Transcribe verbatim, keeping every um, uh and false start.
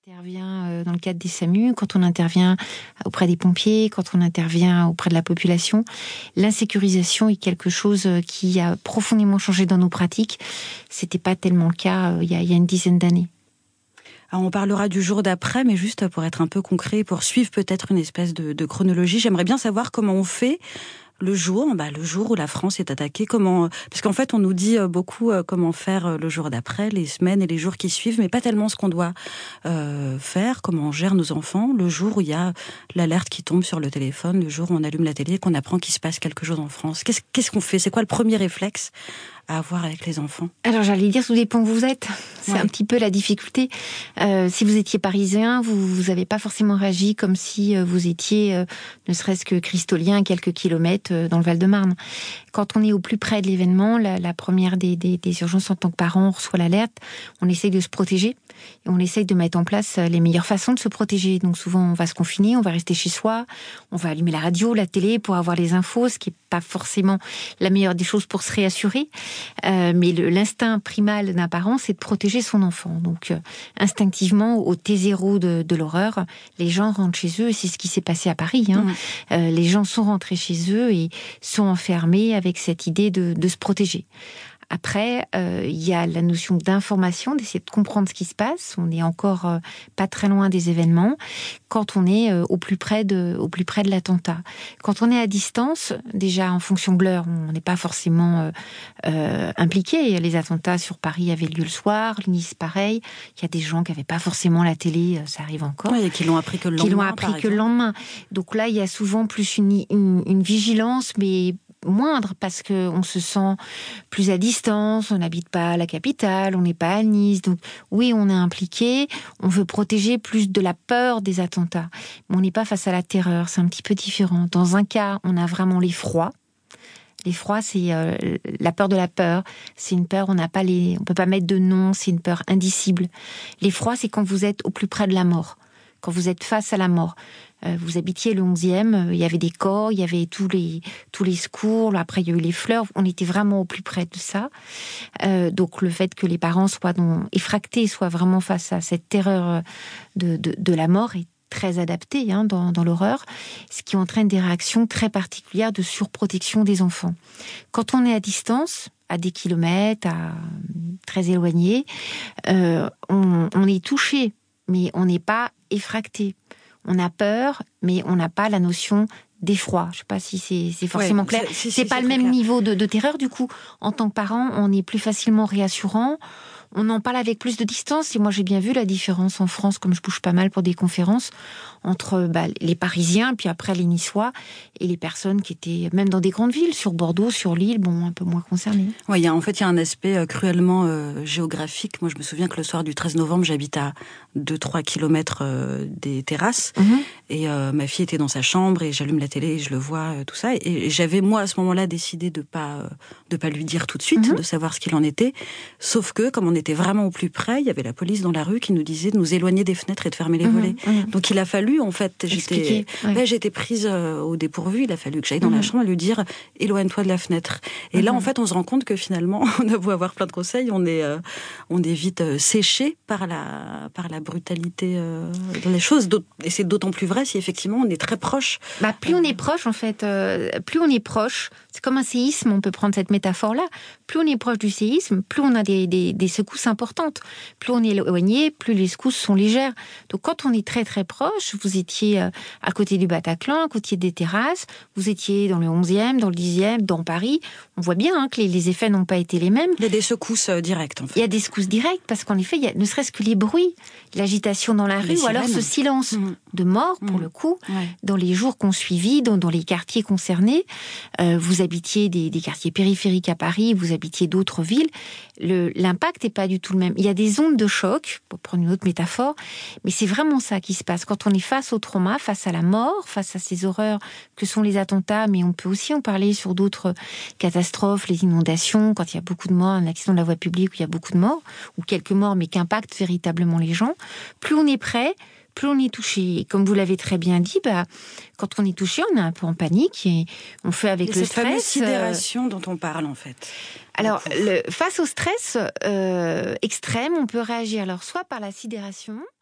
On intervient dans le cadre des SAMU, quand on intervient auprès des pompiers, quand on intervient auprès de la population, l'insécurisation est quelque chose qui a profondément changé dans nos pratiques. C'était pas tellement le cas il y a, il y a une dizaine d'années. Alors on parlera du jour d'après, mais juste pour être un peu concret, pour suivre peut-être une espèce de, de chronologie, j'aimerais bien savoir comment on fait le jour, bah, le jour où la France est attaquée, comment, parce qu'en fait on nous dit beaucoup comment faire le jour d'après, les semaines et les jours qui suivent, mais pas tellement ce qu'on doit euh, faire, comment on gère nos enfants, le jour où il y a l'alerte qui tombe sur le téléphone, le jour où on allume la télé et qu'on apprend qu'il se passe quelque chose en France. Qu'est-ce, qu'est-ce qu'on fait ? C'est quoi le premier réflexe à avoir avec les enfants ? Alors j'allais dire, tout dépend où vous êtes. C'est ouais. un petit peu la difficulté. Euh, si vous étiez parisien, vous vous avez pas forcément réagi comme si vous étiez, euh, ne serait-ce que cristolien, à quelques kilomètres euh, dans le Val-de-Marne. Quand on est au plus près de l'événement, la, la première des, des, des urgences en tant que parent, on reçoit l'alerte, on essaye de se protéger et on essaye de mettre en place les meilleures façons de se protéger. Donc souvent on va se confiner, on va rester chez soi, on va allumer la radio, la télé pour avoir les infos, ce qui est pas forcément la meilleure des choses pour se réassurer. Euh, mais le, l'instinct primal d'un parent, c'est de protéger son enfant. Donc, euh, instinctivement, au T zéro de, de l'horreur, les gens rentrent chez eux, et c'est ce qui s'est passé à Paris. Hein. Mmh. Euh, les gens sont rentrés chez eux et sont enfermés avec cette idée de, de se protéger. Après, euh, il y a la notion d'information, d'essayer de comprendre ce qui se passe. On n'est encore euh, pas très loin des événements. Quand on est euh, au plus près de, au plus près de l'attentat, quand on est à distance, déjà en fonction de l'heure, on n'est pas forcément euh, euh, impliqué. Les attentats sur Paris avaient lieu le soir, Nice pareil. Il y a des gens qui n'avaient pas forcément la télé, ça arrive encore. Oui, et qui l'ont appris que le lendemain. Qui l'ont appris que le lendemain. Donc là, il y a souvent plus une, une, une vigilance, mais moindre, parce qu'on se sent plus à distance, on n'habite pas à la capitale, on n'est pas à Nice, donc oui, on est impliqué, on veut protéger plus de la peur des attentats, mais on n'est pas face à la terreur, c'est un petit peu différent. Dans un cas, on a vraiment l'effroi. L'effroi, c'est euh, la peur de la peur. C'est une peur, on n'a pas les, on peut pas mettre de nom, c'est une peur indicible. L'effroi, c'est quand vous êtes au plus près de la mort, quand vous êtes face à la mort. Euh, vous habitiez le onzième, euh, il y avait des corps, il y avait tous les tous les secours. Après, il y a eu les fleurs. On était vraiment au plus près de ça. Euh, donc, le fait que les parents soient donc effractés, soient vraiment face à cette terreur de de, de la mort est très adapté hein, dans, dans l'horreur, ce qui entraîne des réactions très particulières de surprotection des enfants. Quand on est à distance, à des kilomètres, à très éloigné, euh, on, on est touché, mais on n'est pas effracté. On a peur, mais on n'a pas la notion d'effroi. Je ne sais pas si c'est, c'est forcément ouais, clair. C'est, c'est, c'est pas c'est le même clair. Niveau de, de terreur. Du coup, en tant que parent, on est plus facilement réassurant. On en parle avec plus de distance. Et moi, j'ai bien vu la différence en France, comme je bouge pas mal pour des conférences, entre bah, les Parisiens, puis après les Niçois, et les personnes qui étaient même dans des grandes villes, sur Bordeaux, sur Lille, bon, un peu moins concernées. Oui, il y a, en fait, il y a un aspect euh, cruellement euh, géographique. Moi, je me souviens que le soir du treize novembre, j'habite à deux à trois kilomètres euh, des terrasses. Mm-hmm. Et euh, ma fille était dans sa chambre, et j'allume la télé, et je le vois, euh, tout ça. Et, et j'avais, moi, à ce moment-là, décidé de pas, euh, de pas lui dire tout de suite, mm-hmm. de savoir ce qu'il en était. Sauf que, comme on était vraiment au plus près, il y avait la police dans la rue qui nous disait de nous éloigner des fenêtres et de fermer les mmh, volets. Mmh. Donc il a fallu, en fait, j'étais, ouais. Ouais, j'étais prise euh, au dépourvu, il a fallu que j'aille dans mmh. la chambre et lui dire « éloigne-toi de la fenêtre ». Et mmh. là, en fait, on se rend compte que finalement, on a beau avoir plein de conseils, on est, euh, on est vite euh, séché par la, par la brutalité euh, dans les choses. Et c'est d'autant plus vrai si effectivement on est très proche. Bah, plus euh... on est proche, en fait, euh, plus on est proche, c'est comme un séisme, on peut prendre cette métaphore-là, plus on est proche du séisme, plus on a des, des, des secousses importantes. Plus on est éloigné, plus les secousses sont légères. Donc quand on est très très proche, vous étiez à côté du Bataclan, à côté des terrasses, vous étiez dans le onzième, dans le dixième, dans Paris, on voit bien hein, que les, les effets n'ont pas été les mêmes. Il y a des secousses euh, directes en fait. Il y a des secousses directes parce qu'en effet, il y a ne serait-ce que les bruits, l'agitation dans la les rue sirènes. Ou alors ce silence mmh. de mort pour mmh. le coup, ouais. dans les jours qu'on suivit, dans, dans les quartiers concernés. Euh, vous habitiez des, des quartiers périphériques à Paris, vous habitiez d'autres villes. Le, l'impact n'est pas du tout le même. Il y a des ondes de choc, pour prendre une autre métaphore, mais c'est vraiment ça qui se passe. Quand on est face au trauma, face à la mort, face à ces horreurs que sont les attentats, mais on peut aussi en parler sur d'autres catastrophes, les inondations, quand il y a beaucoup de morts, un accident de la voie publique où il y a beaucoup de morts, ou quelques morts, mais qui impactent véritablement les gens. Plus on est prêt, plus on est touché. Et comme vous l'avez très bien dit, bah, quand on est touché, on est un peu en panique et on fait avec le stress. Cette fameuse sidération euh... dont on parle en fait. Alors, le, face au stress euh, extrême, on peut réagir alors soit par la sidération,